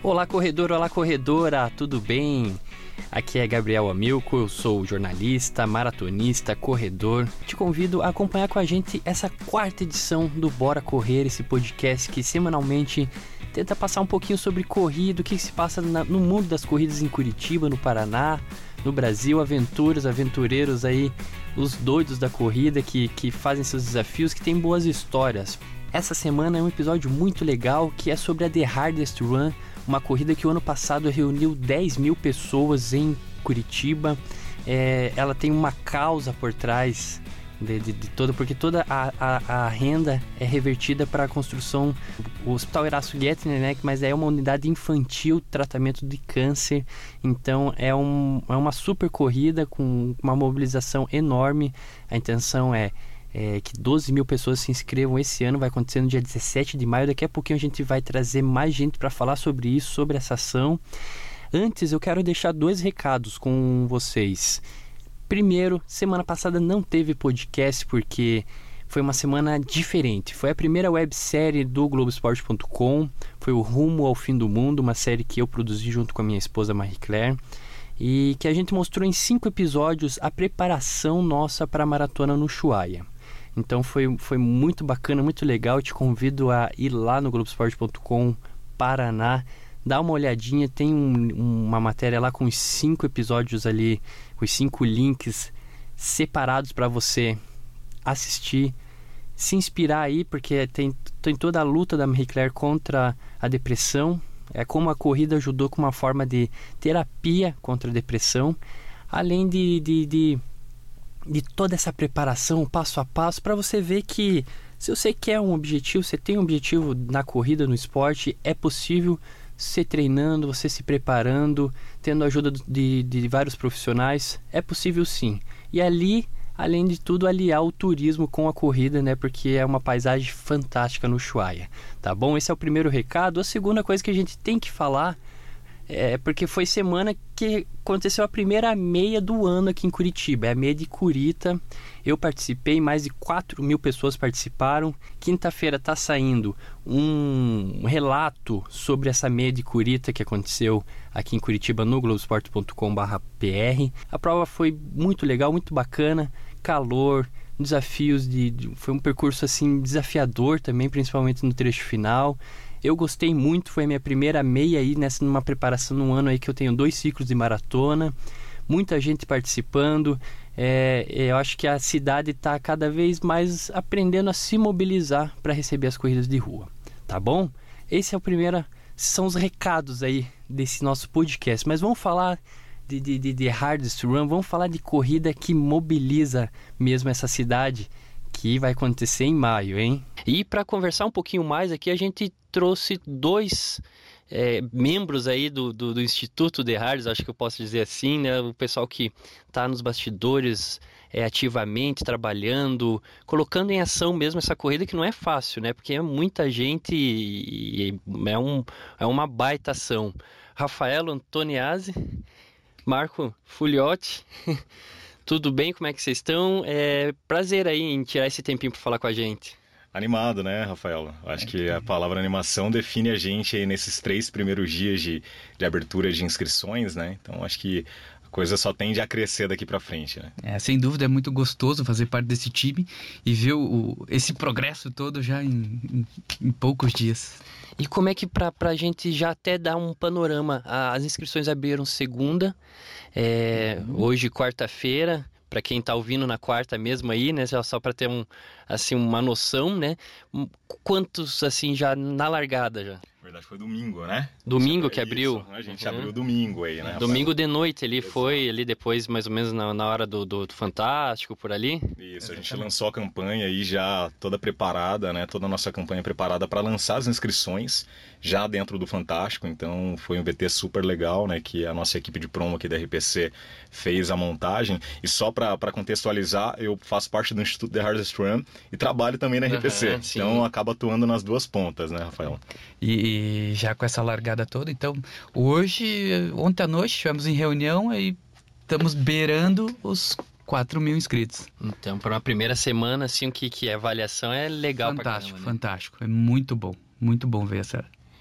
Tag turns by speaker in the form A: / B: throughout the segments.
A: Olá corredor, olá corredora, tudo bem? Aqui é Gabriel Amilco, eu sou jornalista, maratonista, corredor. Te convido a acompanhar com a gente essa quarta edição do Bora Correr, esse podcast que semanalmente tenta passar um pouquinho sobre corrida, o que se passa no mundo das corridas em Curitiba, no Paraná, no Brasil, aventureiros aí, os doidos da corrida que fazem seus desafios, que tem boas histórias. Essa semana é um episódio muito legal que é sobre a The Hardest Run, uma corrida que o ano passado reuniu 10 mil pessoas em Curitiba. Ela tem uma causa por trás de toda, porque toda a renda é revertida para a construção do Hospital Erasto Gettner, né? Mas é uma unidade infantil, tratamento de câncer. Então é uma super corrida com uma mobilização enorme. A intenção é que 12 mil pessoas se inscrevam esse ano, vai acontecer no dia 17 de maio. Daqui a pouquinho a gente vai trazer mais gente para falar sobre isso, sobre essa ação. Antes eu quero deixar 2 recados com vocês. Primeiro, semana passada não teve podcast porque foi uma semana diferente. Foi a primeira websérie do Globoesporte.com, foi o Rumo ao Fim do Mundo, uma série que eu produzi junto com a minha esposa Marie Claire, e que a gente mostrou em 5 episódios a preparação nossa para a maratona no Ushuaia. Então foi muito bacana, muito legal. Eu te convido a ir lá no Globoesporte.com Paraná, dá uma olhadinha, tem uma matéria lá com os 5 episódios ali, com os 5 links separados para você assistir, se inspirar aí, porque tem toda a luta da Marie Claire contra a depressão, é como a corrida ajudou com uma forma de terapia contra a depressão, além de toda essa preparação passo a passo, para você ver que se você quer um objetivo, você tem um objetivo na corrida, no esporte, é possível você treinando, você se preparando, tendo a ajuda de vários profissionais, é possível sim. E ali, além de tudo, aliar o turismo com a corrida, né? Porque é uma paisagem fantástica no Ushuaia, tá bom? Esse é o primeiro recado. A segunda coisa que a gente tem que falar porque foi semana que aconteceu a primeira meia do ano aqui em Curitiba, é a meia de Curita. Eu participei, mais de 4 mil pessoas participaram. Quinta-feira está saindo um relato sobre essa meia de Curita que aconteceu aqui em Curitiba no Globoesporte.com/pr. A prova foi muito legal, muito bacana, calor, desafios, foi um percurso assim desafiador também, principalmente no trecho final. Eu gostei muito, foi a minha primeira meia aí numa preparação num ano aí que eu tenho 2 ciclos de maratona, muita gente participando. Eu acho que a cidade está cada vez mais aprendendo a se mobilizar para receber as corridas de rua, tá bom? Esse é o primeiro, são os recados aí desse nosso podcast, mas vamos falar de Hardest Run, vamos falar de corrida que mobiliza mesmo essa cidade, que vai acontecer em maio, hein? E para conversar um pouquinho mais aqui, a gente trouxe 2 membros aí do Instituto The Hardest, acho que eu posso dizer assim, né? O pessoal que está nos bastidores ativamente trabalhando, colocando em ação mesmo essa corrida, que não é fácil, né? Porque é muita gente e é uma baita ação. Rafael Antoniazzi, Marco Fugliotti, tudo bem? Como é que vocês estão? Prazer aí em tirar esse tempinho para falar com a gente.
B: Animado, né, Rafael? Acho que a palavra animação define a gente aí nesses 3 primeiros dias de abertura de inscrições, né? Então acho que a coisa só tende a crescer daqui para frente, né?
C: Sem dúvida é muito gostoso fazer parte desse time e ver esse progresso todo já em poucos dias.
A: E como é que pra gente já até dar um panorama, as inscrições abriram segunda, hoje quarta-feira, para quem tá ouvindo na quarta mesmo aí, né, só para ter uma noção, né, quantos assim já na largada já?
B: Na verdade foi domingo, né?
A: Domingo que abriu?
B: Isso, a gente abriu domingo aí, né?
A: Domingo de noite ali, foi ali depois mais ou menos na hora do Fantástico, por ali?
B: Isso, a gente lançou a campanha aí já toda preparada, né? Toda a nossa campanha preparada para lançar as inscrições já dentro do Fantástico, então foi um VT super legal, né? Que a nossa equipe de promo aqui da RPC fez a montagem. E só para contextualizar, eu faço parte do Instituto The Hardest Run e trabalho também na RPC, então acaba atuando nas 2 pontas, né, Rafael?
C: E já com essa largada toda, então ontem à noite estivemos em reunião e estamos beirando os 4 mil inscritos.
A: Então, para uma primeira semana, assim, que a avaliação é legal.
C: Fantástico,
A: pra caramba, né?
C: Fantástico. É muito bom ver essa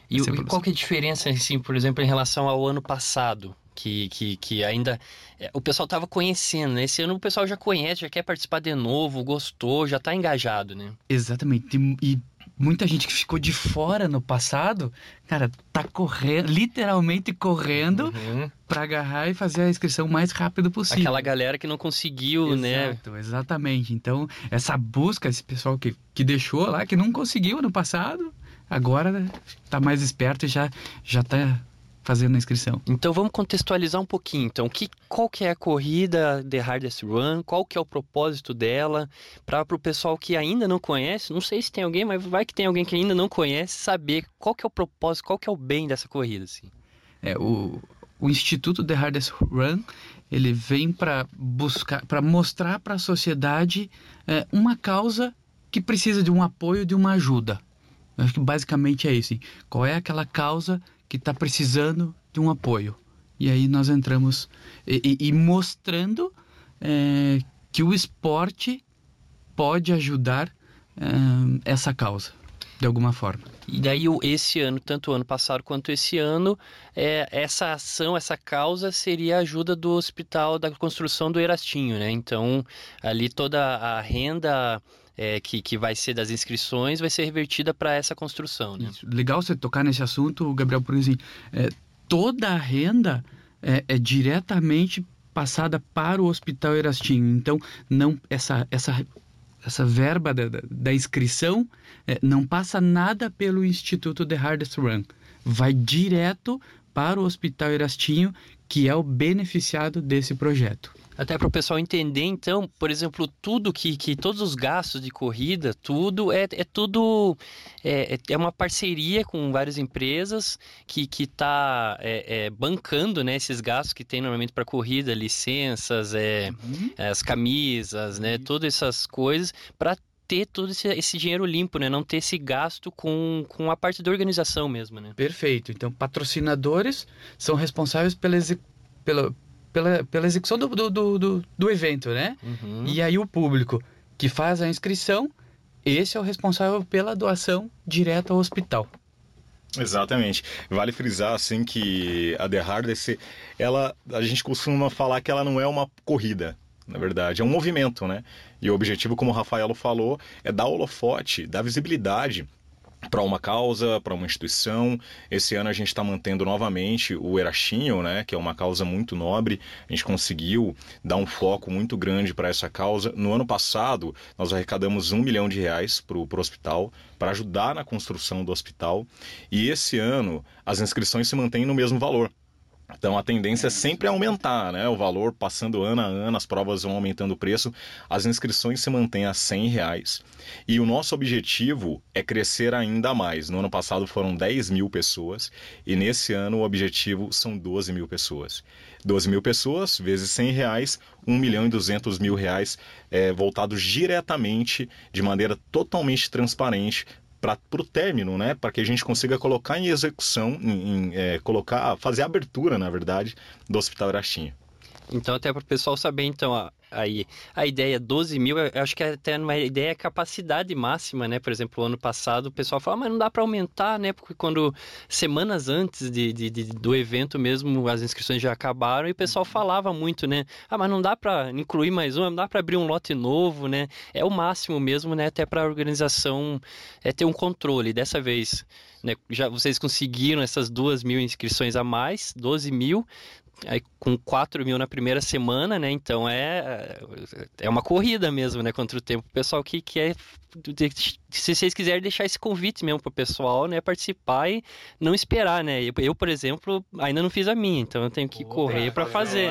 A: E qual que é a diferença, assim, por exemplo, em relação ao ano passado? Que ainda o pessoal estava conhecendo, né? Esse ano o pessoal já conhece, já quer participar de novo, gostou, já está engajado, né?
C: Exatamente. E muita gente que ficou de fora no passado, cara, tá correndo, literalmente correndo para agarrar e fazer a inscrição o mais rápido possível.
A: Aquela galera que não conseguiu, né?
C: Exato, exatamente. Então, essa busca, esse pessoal que deixou lá, que não conseguiu no passado, agora tá mais esperto e já tá fazendo a inscrição.
A: Então vamos contextualizar um pouquinho. Então, qual que é a corrida The Hardest Run? Qual que é o propósito dela? Para o pessoal que ainda não conhece, não sei se tem alguém, mas vai que tem alguém que ainda não conhece, saber qual que é o propósito, qual que é o bem dessa corrida, assim.
C: O Instituto The Hardest Run, ele vem para mostrar para a sociedade uma causa que precisa de um apoio, de uma ajuda. Eu acho que basicamente é isso. Qual é aquela causa que está precisando de um apoio? E aí nós entramos e mostrando que o esporte pode ajudar essa causa, de alguma forma.
A: E daí esse ano, tanto o ano passado quanto esse ano, essa ação, essa causa seria a ajuda do hospital, da construção do Erastinho, né? Então, ali toda a renda que vai ser das inscrições vai ser revertida para essa construção, né? Isso.
C: Legal você tocar nesse assunto, Gabriel, por exemplo, toda a renda é diretamente passada para o Hospital Erastinho. Então, não essa verba da inscrição não passa nada pelo Instituto The Hardest Run. Vai direto para o Hospital Erastinho, que é o beneficiado desse projeto.
A: Até para o pessoal entender, então, por exemplo, tudo que todos os gastos de corrida, tudo é uma parceria com várias empresas que está bancando, né, esses gastos que tem normalmente para corrida, licenças, as camisas, né, todas essas coisas, para ter todo esse dinheiro limpo, né? Não ter esse gasto com a parte da organização mesmo, né?
C: Perfeito. Então, patrocinadores são responsáveis pela execução do evento, né? E aí o público que faz a inscrição, esse é o responsável pela doação direta ao hospital.
B: Exatamente. Vale frisar, assim, que a The Hardest, a gente costuma falar que ela não é uma corrida. Na verdade, é um movimento, né? E o objetivo, como o Rafaelo falou, é dar holofote, dar visibilidade para uma causa, para uma instituição. Esse ano a gente está mantendo novamente o Erastinho, né? Que é uma causa muito nobre. A gente conseguiu dar um foco muito grande para essa causa. No ano passado, nós arrecadamos R$1 milhão para o hospital, para ajudar na construção do hospital. E esse ano, as inscrições se mantêm no mesmo valor. Então a tendência é sempre aumentar, né? O valor passando ano a ano, as provas vão aumentando o preço, as inscrições se mantêm a R$100 e o nosso objetivo é crescer ainda mais. No ano passado foram 10 mil pessoas e nesse ano o objetivo são 12 mil pessoas. 12 mil pessoas vezes R$100, R$1.200.000 voltados diretamente, de maneira totalmente transparente, para o término, né? Para que a gente consiga colocar em execução, fazer a abertura, na verdade, do Hospital Erastinho.
A: Então, até para o pessoal saber, então, aí a ideia 12 mil, eu acho que é até uma ideia capacidade máxima, né? Por exemplo, o ano passado o pessoal fala, mas não dá para aumentar, né? Porque quando, semanas antes do evento mesmo, as inscrições já acabaram e o pessoal falava muito, né? Mas não dá para incluir mais uma, não dá para abrir um lote novo, né? É o máximo mesmo, né? Até para a organização ter um controle. Dessa vez, né? Já vocês conseguiram essas 2 mil inscrições a mais, 12 mil, aí com 4 mil na primeira semana, né? Então é uma corrida mesmo, né? Contra o tempo. O pessoal que quer, se vocês quiserem deixar esse convite mesmo pro pessoal, né? Participar e não esperar, né? Eu, por exemplo, ainda não fiz a minha, então eu tenho que correr para fazer.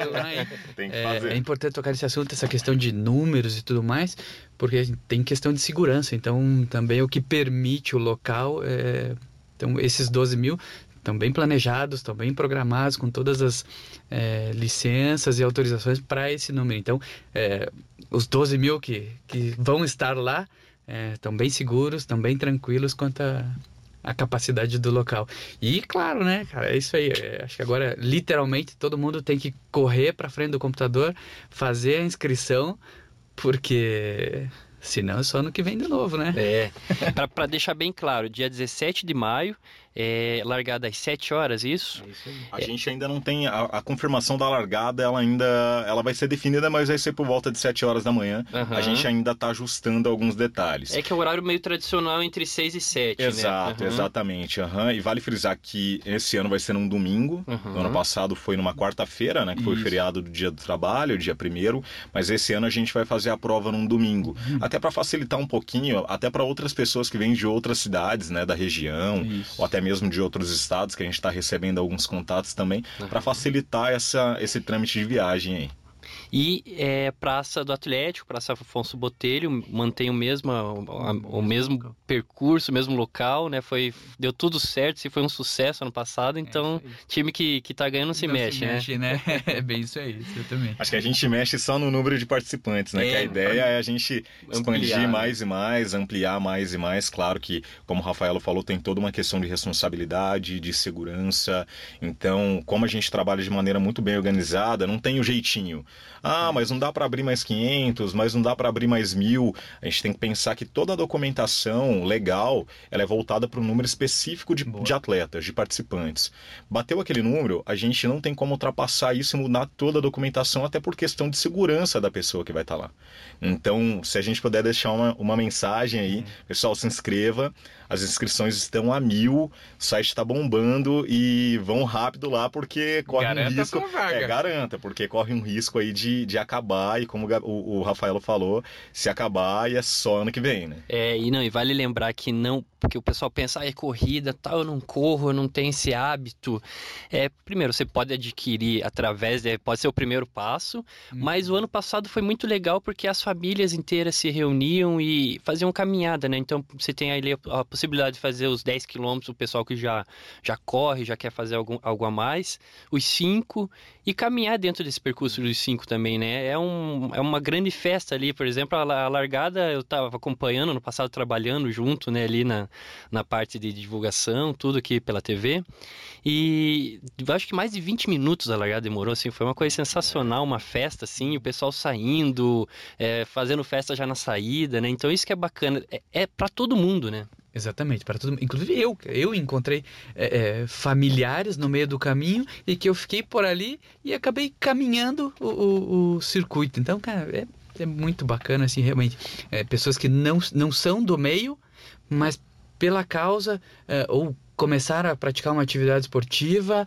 B: Tem que fazer.
C: É importante tocar nesse assunto, essa questão de números e tudo mais, porque tem questão de segurança. Então, também o que permite o local, então esses 12 mil estão bem planejados, estão bem programados, com todas as licenças e autorizações para esse número. Então, os 12 mil que vão estar lá estão bem seguros, estão bem tranquilos quanto a capacidade do local. E, claro, né, cara, é isso aí. Acho que agora, literalmente, todo mundo tem que correr para frente do computador, fazer a inscrição, porque Senão é só ano que vem de novo, né?
A: Para deixar bem claro, dia 17 de maio, largada às 7 horas, isso?
C: É isso aí.
B: A gente ainda não tem a confirmação da largada, ela vai ser definida, mas vai ser por volta de 7 horas da manhã.
A: Uhum.
B: A gente ainda está ajustando alguns detalhes.
A: É que é o horário meio tradicional entre 6 e 7,
B: Exato,
A: né? Uhum.
B: Exatamente. Uhum. E vale frisar que esse ano vai ser num domingo. No ano passado foi numa quarta-feira, né? Que foi o feriado do Dia do Trabalho, dia 1º. Mas esse ano a gente vai fazer a prova num domingo. Até para facilitar um pouquinho, até para outras pessoas que vêm de outras cidades, né? Da região, ou até mesmo de outros estados, que a gente está recebendo alguns contatos também, para facilitar esse trâmite de viagem aí.
A: E Praça do Atlético, Praça Afonso Botelho, mantém o mesmo percurso, o mesmo local, né? Deu tudo certo, foi um sucesso ano passado, então time que tá ganhando não se mexe,
C: né? É bem isso aí, exatamente.
B: Acho que a gente mexe só no número de participantes, né? Que a ideia é a gente expandir mais e mais, ampliar mais e mais. Claro que, como o Rafaelo falou, tem toda uma questão de responsabilidade, de segurança. Então, como a gente trabalha de maneira muito bem organizada, não tem o jeitinho. Mas não dá para abrir mais 500, mas não dá para abrir mais 1.000. A gente tem que pensar que toda a documentação legal, ela é voltada para um número específico de atletas, de participantes. Bateu aquele número, a gente não tem como ultrapassar isso e mudar toda a documentação, até por questão de segurança da pessoa que vai estar lá. Então, se a gente puder deixar uma mensagem aí, pessoal, se inscreva. As inscrições estão a 1.000, o site está bombando e vão rápido lá porque corre um risco. Garanta, porque corre um risco aí de acabar, e como o Rafaelo falou, se acabar é só ano que vem, né?
A: E vale lembrar que não, porque o pessoal pensa, é corrida, tal, eu não corro, eu não tenho esse hábito. Primeiro, você pode adquirir pode ser o primeiro passo, mas o ano passado foi muito legal porque as famílias inteiras se reuniam e faziam caminhada, né? Então, você tem ali a possibilidade de fazer os 10 quilômetros, o pessoal que já corre, já quer fazer algo a mais, os 5, e caminhar dentro desse percurso dos 5 também, né? É uma grande festa ali, por exemplo, a largada eu estava acompanhando no passado, trabalhando junto, né, ali na parte de divulgação, tudo aqui pela TV, e eu acho que mais de 20 minutos a largada demorou, assim, foi uma coisa sensacional, uma festa, assim, o pessoal saindo, fazendo festa já na saída, né? Então isso que é bacana, é para todo mundo, né?
C: Exatamente, para todo mundo. Inclusive eu encontrei familiares no meio do caminho e que eu fiquei por ali e acabei caminhando o circuito. Então, cara, é muito bacana, assim, realmente. Pessoas que não são do meio, mas pela causa, ou começaram a praticar uma atividade esportiva,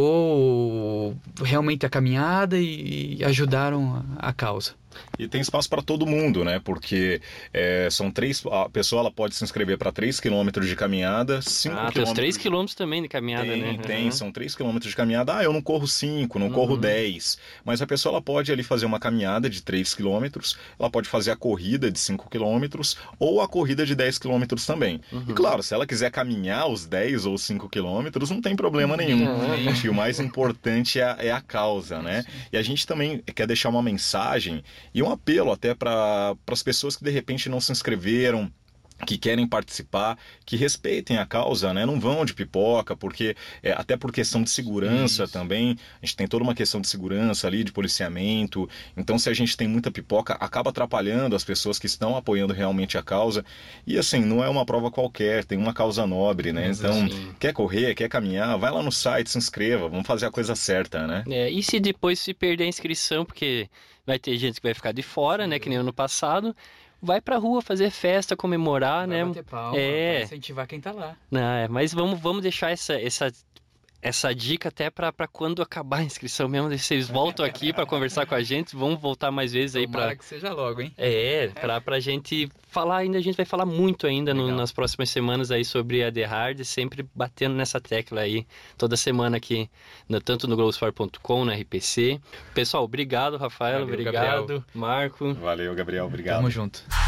C: ou realmente a caminhada e ajudaram a causa.
B: E tem espaço para todo mundo, né? Porque a pessoa ela pode se inscrever para 3 km de caminhada, 5 km.
A: Tem os 3 km também de caminhada, né?
B: Tem, são 3 km de caminhada. Eu não corro 5, não corro 10. Mas a pessoa ela pode ali fazer uma caminhada de 3 km, ela pode fazer a corrida de 5 km ou a corrida de 10 km também. E claro, se ela quiser caminhar os 10 ou 5 km, não tem problema nenhum. Acho que o mais importante é a causa, né? E a gente também quer deixar uma mensagem e um apelo até para as pessoas que de repente não se inscreveram, que querem participar, que respeitem a causa, né? Não vão de pipoca, porque até por questão de segurança também, a gente tem toda uma questão de segurança ali, de policiamento, então se a gente tem muita pipoca, acaba atrapalhando as pessoas que estão apoiando realmente a causa, e assim, não é uma prova qualquer, tem uma causa nobre, né? Então, quer correr, quer caminhar, vai lá no site, se inscreva, vamos fazer a coisa certa, né?
A: E se depois se perder a inscrição, porque vai ter gente que vai ficar de fora, né? Que nem ano passado, vai pra rua fazer festa, comemorar,
C: vai
A: né?
C: Bater palma, vai incentivar quem tá lá.
A: Mas vamos deixar essa dica até para quando acabar a inscrição mesmo. Vocês voltam aqui para conversar com a gente, vamos voltar mais vezes aí para
C: que seja logo, hein?
A: Pra gente falar ainda, a gente vai falar muito ainda nas próximas semanas aí sobre a The Hard, sempre batendo nessa tecla aí toda semana aqui, tanto no Globosport.com, na RPC. Pessoal, obrigado, Rafael, obrigado, Gabriel. Marco.
B: Valeu, Gabriel, obrigado.
C: Tamo junto.